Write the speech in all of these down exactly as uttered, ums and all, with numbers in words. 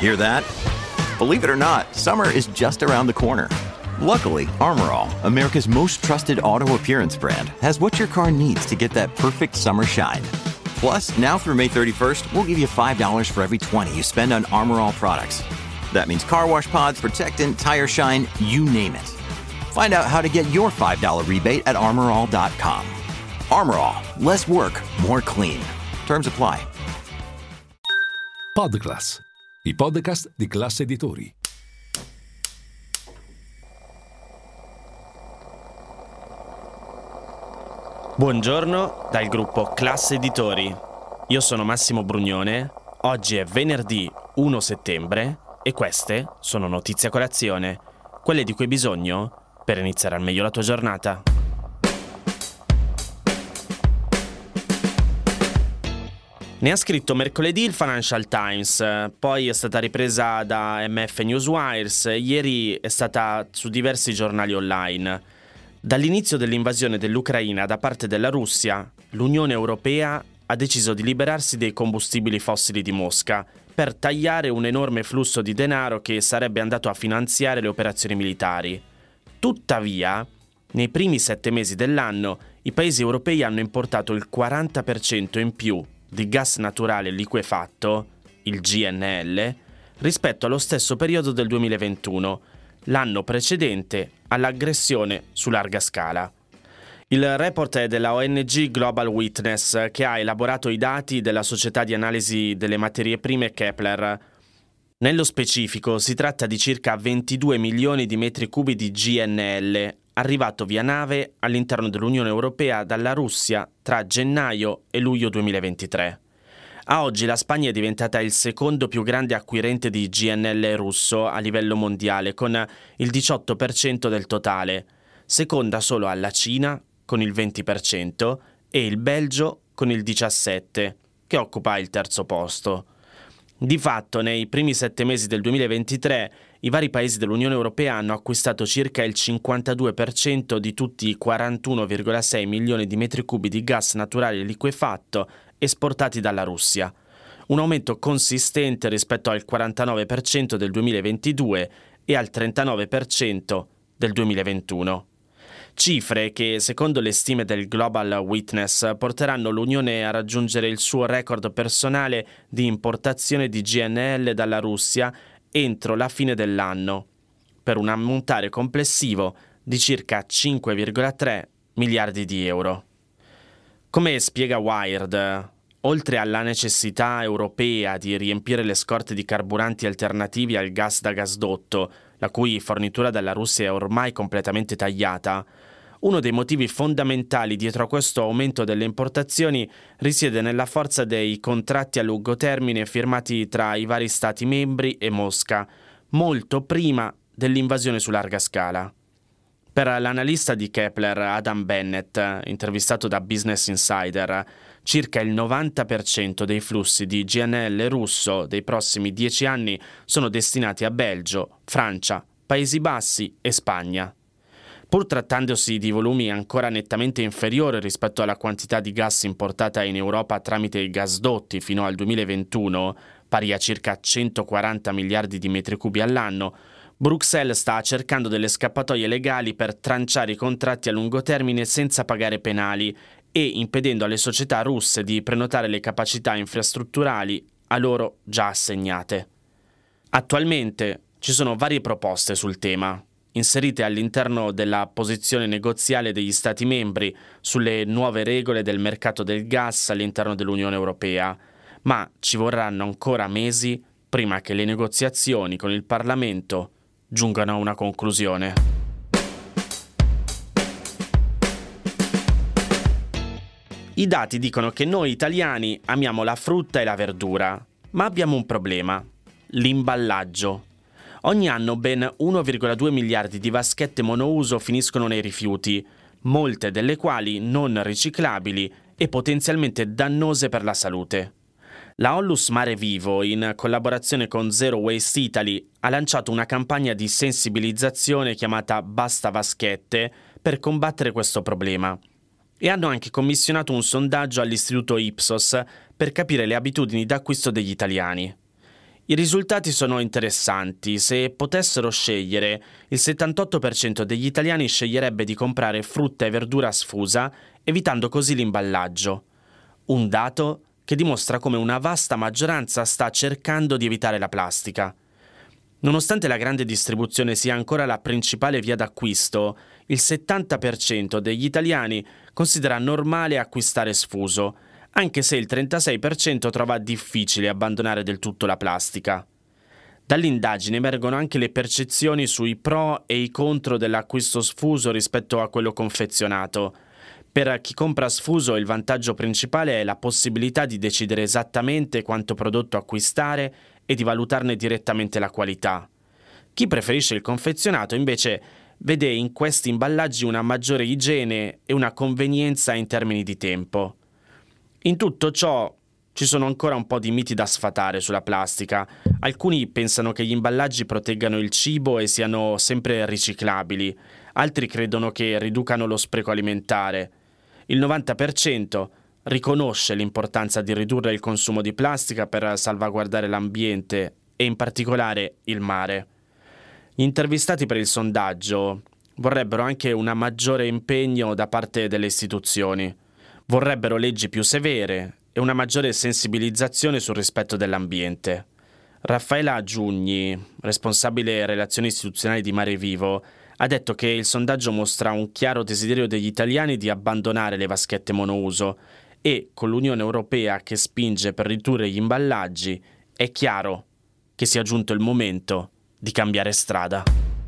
Hear that? Believe it or not, summer is just around the corner. Luckily, Armor All, America's most trusted auto appearance brand, has what your car needs to get that perfect summer shine. Plus, now through May thirty-first, we'll give you five dollars for every twenty you spend on Armor All products. That means car wash pods, protectant, tire shine, you name it. Find out how to get your five dollars rebate at armor all dot com. Armor All, less work, more clean. Terms apply. Podclass, i podcast di Classe Editori. Buongiorno dal gruppo Classe Editori. Io sono Massimo Brugnone. Oggi è venerdì primo settembre e queste sono notizie a colazione, quelle di cui hai bisogno per iniziare al meglio la tua giornata. Ne ha scritto mercoledì il Financial Times, poi è stata ripresa da M F Newswires, ieri è stata su diversi giornali online. Dall'inizio dell'invasione dell'Ucraina da parte della Russia, l'Unione Europea ha deciso di liberarsi dei combustibili fossili di Mosca per tagliare un enorme flusso di denaro che sarebbe andato a finanziare le operazioni militari. Tuttavia, nei primi sette mesi dell'anno, i paesi europei hanno importato il quaranta per cento in più di gas naturale liquefatto, il G N L, rispetto allo stesso periodo del duemilaventuno, l'anno precedente all'aggressione su larga scala. Il report è della O N G Global Witness, che ha elaborato i dati della società di analisi delle materie prime Kepler. Nello specifico si tratta di circa ventidue milioni di metri cubi di G N L, arrivato via nave all'interno dell'Unione Europea dalla Russia tra gennaio e luglio duemilaventitré. A oggi la Spagna è diventata il secondo più grande acquirente di G N L russo a livello mondiale, con il diciotto per cento del totale, seconda solo alla Cina con il venti per cento e il Belgio con il diciassette per cento, che occupa il terzo posto. Di fatto, nei primi sette mesi del duemilaventitré, i vari paesi dell'Unione Europea hanno acquistato circa il cinquantadue per cento di tutti i quarantuno virgola sei milioni di metri cubi di gas naturale liquefatto esportati dalla Russia, un aumento consistente rispetto al quarantanove per cento del duemilaventidue e al trentanove per cento del duemilaventuno. Cifre che, secondo le stime del Global Witness, porteranno l'Unione a raggiungere il suo record personale di importazione di G N L dalla Russia entro la fine dell'anno, per un ammontare complessivo di circa cinque virgola tre miliardi di euro. Come spiega Wired, oltre alla necessità europea di riempire le scorte di carburanti alternativi al gas da gasdotto, la cui fornitura dalla Russia è ormai completamente tagliata, uno dei motivi fondamentali dietro a questo aumento delle importazioni risiede nella forza dei contratti a lungo termine firmati tra i vari Stati membri e Mosca, molto prima dell'invasione su larga scala. Per l'analista di Kepler Adam Bennett, intervistato da Business Insider, circa il novanta per cento dei flussi di G N L russo dei prossimi dieci anni sono destinati a Belgio, Francia, Paesi Bassi e Spagna. Pur trattandosi di volumi ancora nettamente inferiori rispetto alla quantità di gas importata in Europa tramite i gasdotti fino al duemilaventuno, pari a circa centoquaranta miliardi di metri cubi all'anno, Bruxelles sta cercando delle scappatoie legali per tranciare i contratti a lungo termine senza pagare penali e impedendo alle società russe di prenotare le capacità infrastrutturali a loro già assegnate. Attualmente ci sono varie proposte sul tema, inserite all'interno della posizione negoziale degli Stati membri sulle nuove regole del mercato del gas all'interno dell'Unione Europea, ma ci vorranno ancora mesi prima che le negoziazioni con il Parlamento giungano a una conclusione. I dati dicono che noi italiani amiamo la frutta e la verdura, ma abbiamo un problema: l'imballaggio. Ogni anno ben uno virgola due miliardi di vaschette monouso finiscono nei rifiuti, molte delle quali non riciclabili e potenzialmente dannose per la salute. La Onlus Mare Vivo, in collaborazione con Zero Waste Italy, ha lanciato una campagna di sensibilizzazione chiamata Basta Vaschette per combattere questo problema. E hanno anche commissionato un sondaggio all'istituto Ipsos per capire le abitudini d'acquisto degli italiani. I risultati sono interessanti. Se potessero scegliere, il settantotto per cento degli italiani sceglierebbe di comprare frutta e verdura sfusa, evitando così l'imballaggio. Un dato che dimostra come una vasta maggioranza sta cercando di evitare la plastica. Nonostante la grande distribuzione sia ancora la principale via d'acquisto, il settanta per cento degli italiani considera normale acquistare sfuso, anche se il trentasei per cento trova difficile abbandonare del tutto la plastica. Dall'indagine emergono anche le percezioni sui pro e i contro dell'acquisto sfuso rispetto a quello confezionato. Per chi compra sfuso il vantaggio principale è la possibilità di decidere esattamente quanto prodotto acquistare e di valutarne direttamente la qualità. Chi preferisce il confezionato invece vede in questi imballaggi una maggiore igiene e una convenienza in termini di tempo. In tutto ciò ci sono ancora un po' di miti da sfatare sulla plastica. Alcuni pensano che gli imballaggi proteggano il cibo e siano sempre riciclabili, altri credono che riducano lo spreco alimentare. Il novanta per cento riconosce l'importanza di ridurre il consumo di plastica per salvaguardare l'ambiente e in particolare il mare. Gli intervistati per il sondaggio vorrebbero anche un maggiore impegno da parte delle istituzioni. Vorrebbero leggi più severe e una maggiore sensibilizzazione sul rispetto dell'ambiente. Raffaela Giugni, responsabile relazioni istituzionali di Mare Vivo, ha detto che il sondaggio mostra un chiaro desiderio degli italiani di abbandonare le vaschette monouso e, con l'Unione Europea che spinge per ridurre gli imballaggi, è chiaro che sia giunto il momento di cambiare strada.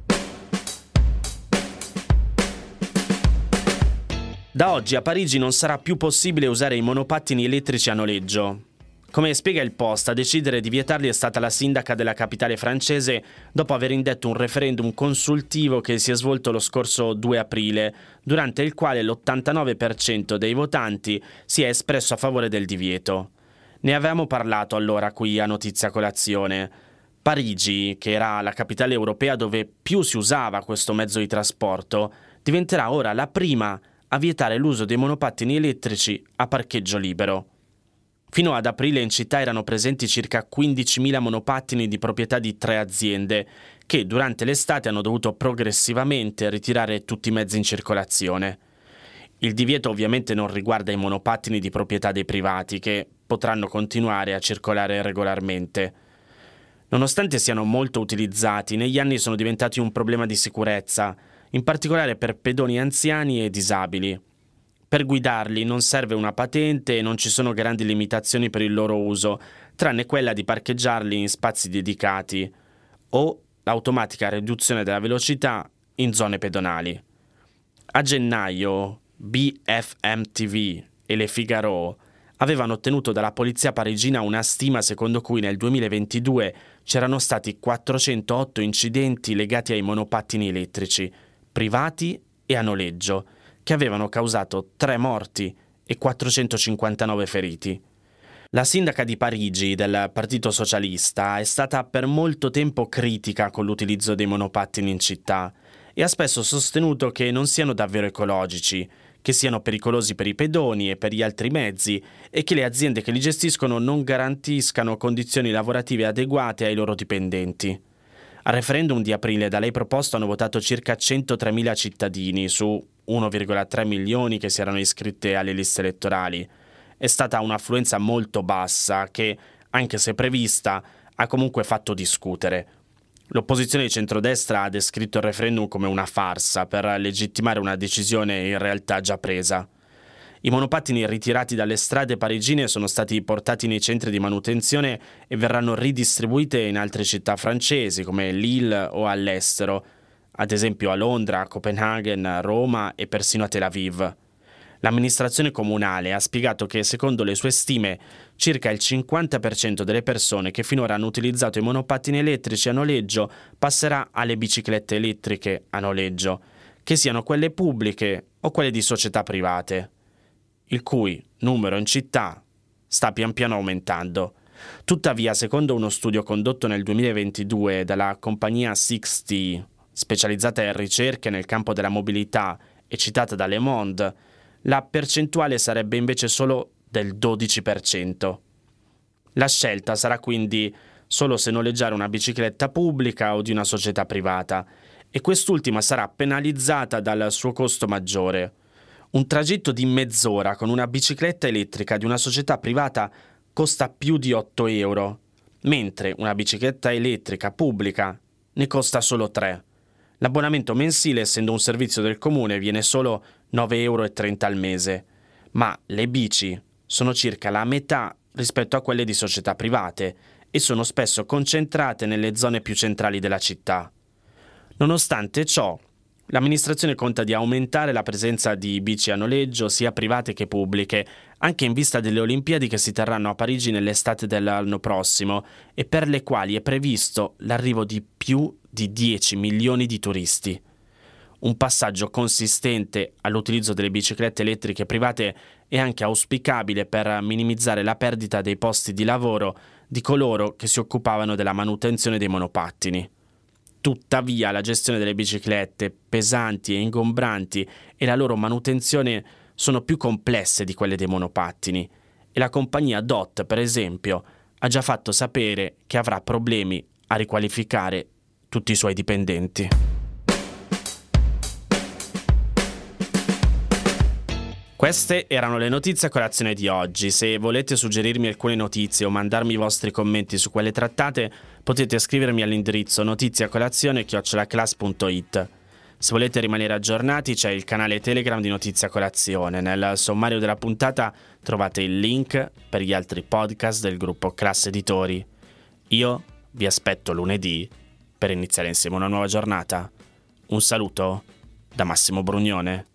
Da oggi a Parigi non sarà più possibile usare i monopattini elettrici a noleggio. Come spiega il Post, a decidere di vietarli è stata la sindaca della capitale francese dopo aver indetto un referendum consultivo che si è svolto lo scorso due aprile, durante il quale l'ottantanove per cento dei votanti si è espresso a favore del divieto. Ne avevamo parlato allora qui a Notizia Colazione. Parigi, che era la capitale europea dove più si usava questo mezzo di trasporto, diventerà ora la prima a vietare l'uso dei monopattini elettrici a parcheggio libero. Fino ad aprile in città erano presenti circa quindicimila monopattini di proprietà di tre aziende, che durante l'estate hanno dovuto progressivamente ritirare tutti i mezzi in circolazione. Il divieto ovviamente non riguarda i monopattini di proprietà dei privati, che potranno continuare a circolare regolarmente. Nonostante siano molto utilizzati, negli anni sono diventati un problema di sicurezza, in particolare per pedoni anziani e disabili. Per guidarli non serve una patente e non ci sono grandi limitazioni per il loro uso, tranne quella di parcheggiarli in spazi dedicati o l'automatica riduzione della velocità in zone pedonali. A gennaio B F M T V e Le Figaro avevano ottenuto dalla polizia parigina una stima secondo cui nel duemilaventidue c'erano stati quattrocentootto incidenti legati ai monopattini elettrici, privati e a noleggio, che avevano causato tre morti e quattrocentocinquantanove feriti. La sindaca di Parigi del Partito Socialista è stata per molto tempo critica con l'utilizzo dei monopattini in città e ha spesso sostenuto che non siano davvero ecologici, che siano pericolosi per i pedoni e per gli altri mezzi e che le aziende che li gestiscono non garantiscano condizioni lavorative adeguate ai loro dipendenti. Al referendum di aprile da lei proposto hanno votato circa centotremila cittadini su uno virgola tre milioni che si erano iscritte alle liste elettorali. È stata un'affluenza molto bassa che, anche se prevista, ha comunque fatto discutere. L'opposizione di centrodestra ha descritto il referendum come una farsa per legittimare una decisione in realtà già presa. I monopattini ritirati dalle strade parigine sono stati portati nei centri di manutenzione e verranno ridistribuite in altre città francesi come Lille o all'estero, ad esempio a Londra, a Copenaghen, a Roma e persino a Tel Aviv. L'amministrazione comunale ha spiegato che, secondo le sue stime, circa il cinquanta per cento delle persone che finora hanno utilizzato i monopattini elettrici a noleggio passerà alle biciclette elettriche a noleggio, che siano quelle pubbliche o quelle di società private, il cui numero in città sta pian piano aumentando. Tuttavia, secondo uno studio condotto nel duemilaventidue dalla compagnia sessanta, specializzata in ricerche nel campo della mobilità e citata da Le Monde, la percentuale sarebbe invece solo del dodici per cento. La scelta sarà quindi solo se noleggiare una bicicletta pubblica o di una società privata, e quest'ultima sarà penalizzata dal suo costo maggiore. Un tragitto di mezz'ora con una bicicletta elettrica di una società privata costa più di otto euro, mentre una bicicletta elettrica pubblica ne costa solo tre. L'abbonamento mensile, essendo un servizio del comune, viene solo nove euro e trenta al mese, ma le bici sono circa la metà rispetto a quelle di società private e sono spesso concentrate nelle zone più centrali della città. Nonostante ciò, l'amministrazione conta di aumentare la presenza di bici a noleggio sia private che pubbliche, anche in vista delle Olimpiadi che si terranno a Parigi nell'estate dell'anno prossimo e per le quali è previsto l'arrivo di più di dieci milioni di turisti. Un passaggio consistente all'utilizzo delle biciclette elettriche private è anche auspicabile per minimizzare la perdita dei posti di lavoro di coloro che si occupavano della manutenzione dei monopattini. Tuttavia, la gestione delle biciclette pesanti e ingombranti e la loro manutenzione sono più complesse di quelle dei monopattini e la compagnia D O T, per esempio, ha già fatto sapere che avrà problemi a riqualificare tutti i suoi dipendenti. Queste erano le notizie a colazione di oggi. Se volete suggerirmi alcune notizie o mandarmi i vostri commenti su quelle trattate, potete scrivermi all'indirizzo notiziacolazione chiocciola class punto it. Se volete rimanere aggiornati c'è il canale Telegram di Notizia Colazione. Nel sommario della puntata trovate il link per gli altri podcast del gruppo Class Editori. Io vi aspetto lunedì per iniziare insieme una nuova giornata. Un saluto da Massimo Brugnone.